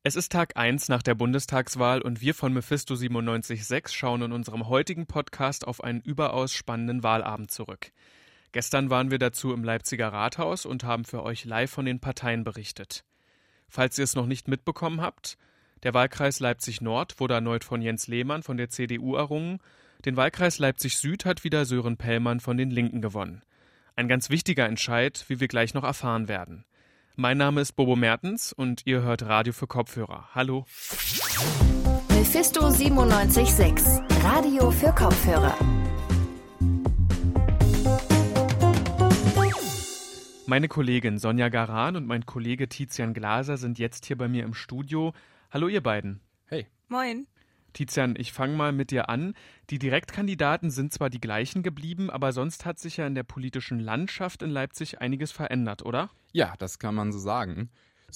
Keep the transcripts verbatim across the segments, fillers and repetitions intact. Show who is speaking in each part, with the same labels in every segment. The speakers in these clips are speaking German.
Speaker 1: Es ist Tag eins nach der Bundestagswahl und wir von Mephisto siebenundneunzig Komma sechs schauen in unserem heutigen Podcast auf einen überaus spannenden Wahlabend zurück. Gestern waren wir dazu im Leipziger Rathaus und haben für euch live von den Parteien berichtet. Falls ihr es noch nicht mitbekommen habt, der Wahlkreis Leipzig-Nord wurde erneut von Jens Lehmann von der C D U errungen. Den Wahlkreis Leipzig-Süd hat wieder Sören Pellmann von den Linken gewonnen. Ein ganz wichtiger Entscheid, wie wir gleich noch erfahren werden. Mein Name ist Bobo Mertens und ihr hört Radio für Kopfhörer. Hallo.
Speaker 2: Mephisto siebenundneunzig Komma sechs, Radio für Kopfhörer.
Speaker 1: Meine Kollegin Sonja Garan und mein Kollege Tizian Glaser sind jetzt hier bei mir im Studio. Hallo ihr beiden.
Speaker 3: Hey.
Speaker 4: Moin.
Speaker 1: Tizian, ich fange mal mit dir an. Die Direktkandidaten sind zwar die gleichen geblieben, aber sonst hat sich ja in der politischen Landschaft in Leipzig einiges verändert, oder?
Speaker 3: Ja, das kann man so sagen.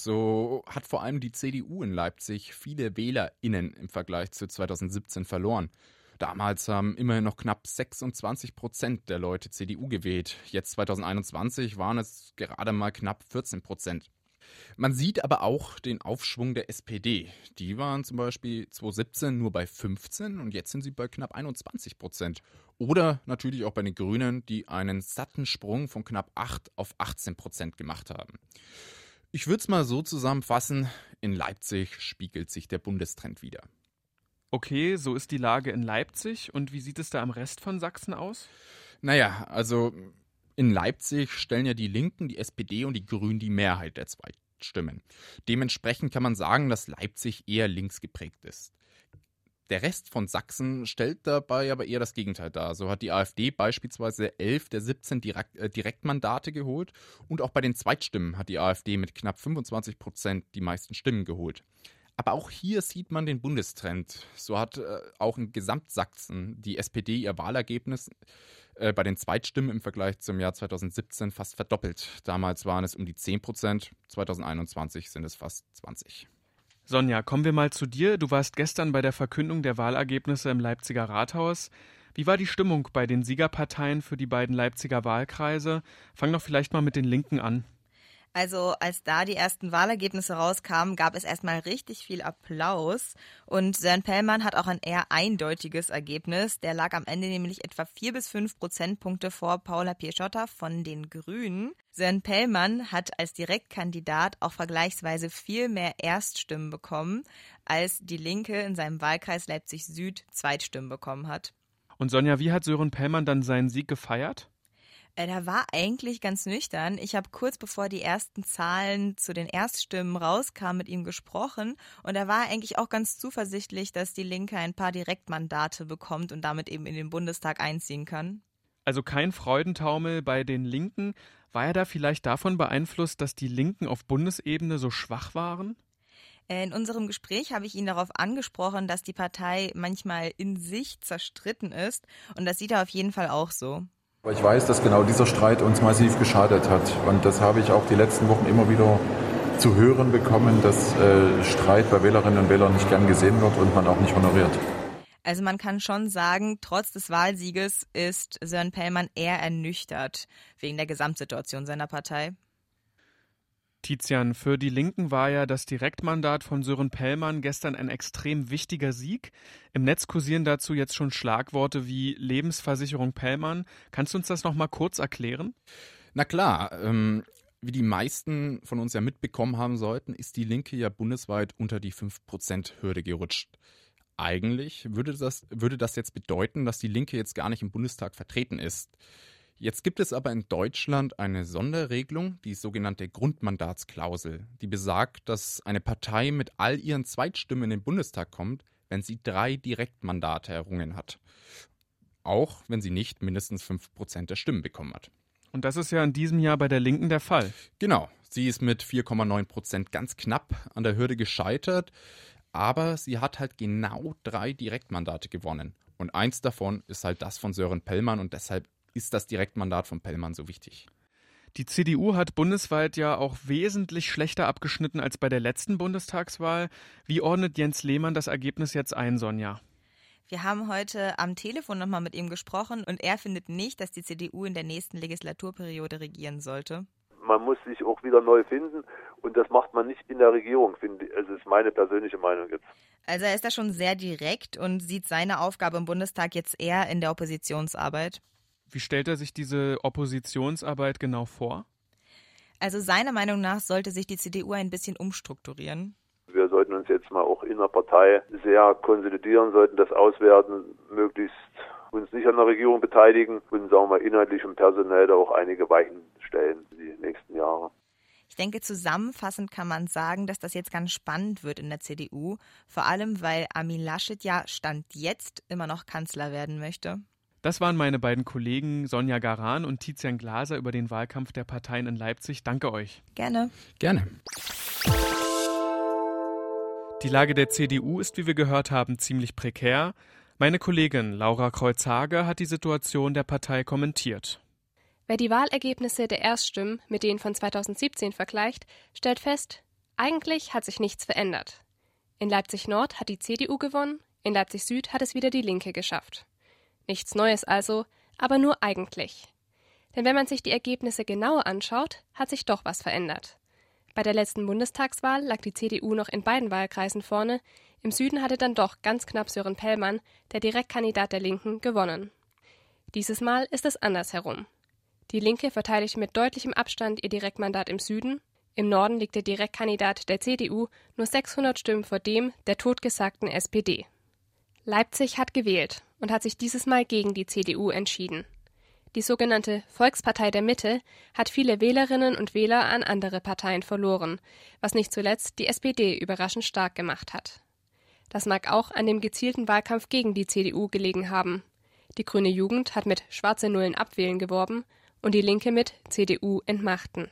Speaker 3: So hat vor allem die C D U in Leipzig viele WählerInnen im Vergleich zu zweitausendsiebzehn verloren. Damals haben immerhin noch knapp sechsundzwanzig Prozent der Leute C D U gewählt. Jetzt zweitausendeinundzwanzig waren es gerade mal knapp vierzehn Prozent. Man sieht aber auch den Aufschwung der S P D. Die waren zum Beispiel zweitausendsiebzehn nur bei fünfzehn und jetzt sind sie bei knapp einundzwanzig Prozent. Oder natürlich auch bei den Grünen, die einen satten Sprung von knapp acht auf achtzehn Prozent gemacht haben. Ich würde es mal so zusammenfassen, in Leipzig spiegelt sich der Bundestrend wider.
Speaker 1: Okay, so ist die Lage in Leipzig. Und wie sieht es da im Rest von Sachsen aus?
Speaker 3: Naja, also in Leipzig stellen ja die Linken, die S P D und die Grünen die Mehrheit der Zweitstimmen. Dementsprechend kann man sagen, dass Leipzig eher links geprägt ist. Der Rest von Sachsen stellt dabei aber eher das Gegenteil dar. So hat die AfD beispielsweise elf der siebzehn Direkt, äh, Direktmandate geholt und auch bei den Zweitstimmen hat die AfD mit knapp fünfundzwanzig Prozent die meisten Stimmen geholt. Aber auch hier sieht man den Bundestrend. So hat äh, auch in Gesamtsachsen die S P D ihr Wahlergebnis äh, bei den Zweitstimmen im Vergleich zum Jahr zweitausendsiebzehn fast verdoppelt. Damals waren es um die zehn Prozent, zweitausendeinundzwanzig sind es fast zwanzig.
Speaker 1: Sonja, kommen wir mal zu dir. Du warst gestern bei der Verkündung der Wahlergebnisse im Leipziger Rathaus. Wie war die Stimmung bei den Siegerparteien für die beiden Leipziger Wahlkreise? Fang doch vielleicht mal mit den Linken an.
Speaker 4: Also als da die ersten Wahlergebnisse rauskamen, gab es erstmal richtig viel Applaus und Sören Pellmann hat auch ein eher eindeutiges Ergebnis. Der lag am Ende nämlich etwa vier bis fünf Prozentpunkte vor Paula Pieschotter von den Grünen. Sören Pellmann hat als Direktkandidat auch vergleichsweise viel mehr Erststimmen bekommen, als die Linke in seinem Wahlkreis Leipzig-Süd Zweitstimmen bekommen hat.
Speaker 1: Und Sonja, wie hat Sören Pellmann dann seinen Sieg gefeiert?
Speaker 4: Er war eigentlich ganz nüchtern. Ich habe kurz bevor die ersten Zahlen zu den Erststimmen rauskamen mit ihm gesprochen und er war eigentlich auch ganz zuversichtlich, dass die Linke ein paar Direktmandate bekommt und damit eben in den Bundestag einziehen kann.
Speaker 1: Also kein Freudentaumel bei den Linken. War er da vielleicht davon beeinflusst, dass die Linken auf Bundesebene so schwach waren?
Speaker 4: In unserem Gespräch habe ich ihn darauf angesprochen, dass die Partei manchmal in sich zerstritten ist und das sieht er auf jeden Fall auch so.
Speaker 5: Aber ich weiß, dass genau dieser Streit uns massiv geschadet hat. Und das habe ich auch die letzten Wochen immer wieder zu hören bekommen, dass äh, Streit bei Wählerinnen und Wählern nicht gern gesehen wird und man auch nicht honoriert.
Speaker 4: Also man kann schon sagen, trotz des Wahlsieges ist Sören Pellmann eher ernüchtert wegen der Gesamtsituation seiner Partei.
Speaker 1: Tizian, für die Linken war ja das Direktmandat von Sören Pellmann gestern ein extrem wichtiger Sieg. Im Netz kursieren dazu jetzt schon Schlagworte wie Lebensversicherung Pellmann. Kannst du uns das noch mal kurz erklären?
Speaker 3: Na klar, ähm, wie die meisten von uns ja mitbekommen haben sollten, ist die Linke ja bundesweit unter die fünf Prozent Hürde gerutscht. Eigentlich würde das, würde das jetzt bedeuten, dass die Linke jetzt gar nicht im Bundestag vertreten ist. Jetzt gibt es aber in Deutschland eine Sonderregelung, die sogenannte Grundmandatsklausel, die besagt, dass eine Partei mit all ihren Zweitstimmen in den Bundestag kommt, wenn sie drei Direktmandate errungen hat. Auch wenn sie nicht mindestens fünf Prozent der Stimmen bekommen hat.
Speaker 1: Und das ist ja in diesem Jahr bei der Linken der Fall.
Speaker 3: Genau, sie ist mit vier Komma neun Prozent ganz knapp an der Hürde gescheitert, aber sie hat halt genau drei Direktmandate gewonnen. Und eins davon ist halt das von Sören Pellmann und deshalb ist das Direktmandat von Pellmann so wichtig.
Speaker 1: Die C D U hat bundesweit ja auch wesentlich schlechter abgeschnitten als bei der letzten Bundestagswahl. Wie ordnet Jens Lehmann das Ergebnis jetzt ein, Sonja?
Speaker 4: Wir haben heute am Telefon nochmal mit ihm gesprochen und er findet nicht, dass die C D U in der nächsten Legislaturperiode regieren sollte.
Speaker 6: man muss sich auch wieder neu finden und das macht man nicht in der Regierung, finde ich. Also ist meine persönliche Meinung jetzt.
Speaker 4: Also er ist da schon sehr direkt und sieht seine Aufgabe im Bundestag jetzt eher in der Oppositionsarbeit.
Speaker 1: Wie stellt er sich diese Oppositionsarbeit genau vor?
Speaker 4: Also seiner Meinung nach sollte sich die C D U ein bisschen umstrukturieren.
Speaker 6: Wir sollten uns jetzt mal auch in der Partei sehr konsolidieren, sollten das auswerten, möglichst uns nicht an der Regierung beteiligen und sagen wir mal inhaltlich und personell da auch einige Weichen stellen für die nächsten Jahre.
Speaker 4: Ich denke, zusammenfassend kann man sagen, dass das jetzt ganz spannend wird in der C D U, vor allem weil Armin Laschet ja Stand jetzt immer noch Kanzler werden möchte.
Speaker 1: Das waren meine beiden Kollegen Sonja Garan und Tizian Glaser über den Wahlkampf der Parteien in Leipzig. Danke euch.
Speaker 4: Gerne.
Speaker 3: Gerne.
Speaker 1: Die Lage der C D U ist, wie wir gehört haben, ziemlich prekär. Meine Kollegin Laura Kreuzhage hat die Situation der Partei kommentiert.
Speaker 7: Wer die Wahlergebnisse der Erststimmen mit denen von zweitausendsiebzehn vergleicht, stellt fest, eigentlich hat sich nichts verändert. In Leipzig Nord hat die C D U gewonnen, in Leipzig Süd hat es wieder die Linke geschafft. Nichts Neues also, aber nur eigentlich. Denn wenn man sich die Ergebnisse genauer anschaut, hat sich doch was verändert. Bei der letzten Bundestagswahl lag die C D U noch in beiden Wahlkreisen vorne, im Süden hatte dann doch ganz knapp Sören Pellmann, der Direktkandidat der Linken, gewonnen. Dieses Mal ist es andersherum. Die Linke verteidigt mit deutlichem Abstand ihr Direktmandat im Süden, im Norden liegt der Direktkandidat der C D U nur sechshundert Stimmen vor dem der totgesagten S P D. Leipzig hat gewählt und hat sich dieses Mal gegen die C D U entschieden. Die sogenannte Volkspartei der Mitte hat viele Wählerinnen und Wähler an andere Parteien verloren, was nicht zuletzt die S P D überraschend stark gemacht hat. Das mag auch an dem gezielten Wahlkampf gegen die C D U gelegen haben. Die Grüne Jugend hat mit schwarze Nullen abwählen geworben und die Linke mit C D U entmachten.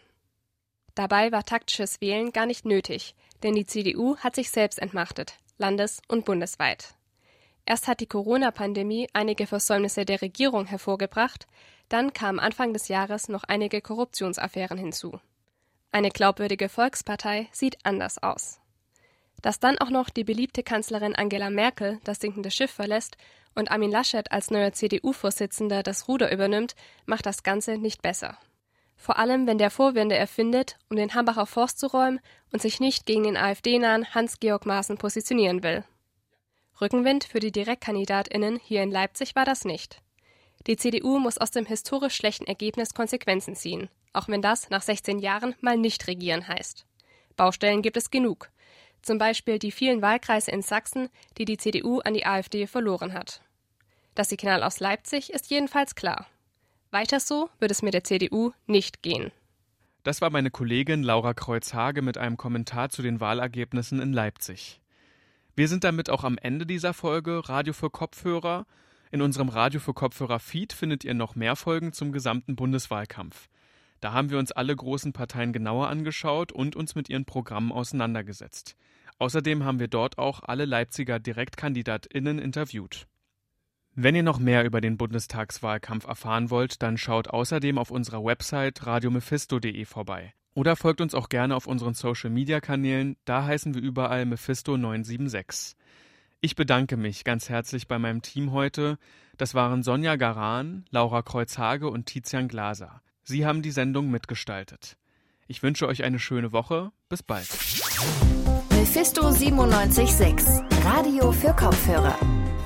Speaker 7: Dabei war taktisches Wählen gar nicht nötig, denn die C D U hat sich selbst entmachtet, landes- und bundesweit. Erst hat die Corona-Pandemie einige Versäumnisse der Regierung hervorgebracht, dann kamen Anfang des Jahres noch einige Korruptionsaffären hinzu. Eine glaubwürdige Volkspartei sieht anders aus. Dass dann auch noch die beliebte Kanzlerin Angela Merkel das sinkende Schiff verlässt und Armin Laschet als neuer C D U-Vorsitzender das Ruder übernimmt, macht das Ganze nicht besser. Vor allem, wenn der Vorwände erfindet, um den Hambacher Forst zu räumen und sich nicht gegen den AfD-nahen Hans-Georg Maaßen positionieren will. Rückenwind für die DirektkandidatInnen hier in Leipzig war das nicht. Die C D U muss aus dem historisch schlechten Ergebnis Konsequenzen ziehen, auch wenn das nach sechzehn Jahren mal nicht regieren heißt. Baustellen gibt es genug. Zum Beispiel die vielen Wahlkreise in Sachsen, die die C D U an die AfD verloren hat. Das Signal aus Leipzig ist jedenfalls klar. Weiter so wird es mit der C D U nicht gehen.
Speaker 1: Das war meine Kollegin Laura Kreuzhage mit einem Kommentar zu den Wahlergebnissen in Leipzig. Wir sind damit auch am Ende dieser Folge Radio für Kopfhörer. In unserem Radio für Kopfhörer-Feed findet ihr noch mehr Folgen zum gesamten Bundeswahlkampf. Da haben wir uns alle großen Parteien genauer angeschaut und uns mit ihren Programmen auseinandergesetzt. Außerdem haben wir dort auch alle Leipziger DirektkandidatInnen interviewt. Wenn ihr noch mehr über den Bundestagswahlkampf erfahren wollt, dann schaut außerdem auf unserer Website radio mephisto punkt de vorbei. Oder folgt uns auch gerne auf unseren Social-Media-Kanälen, da heißen wir überall Mephisto neun sieben sechs. Ich bedanke mich ganz herzlich bei meinem Team heute. Das waren Sonja Garan, Laura Kreuzhage und Tizian Glaser. Sie haben die Sendung mitgestaltet. Ich wünsche euch eine schöne Woche. Bis bald.
Speaker 2: Mephisto siebenundneunzig Komma sechs, Radio für Kopfhörer.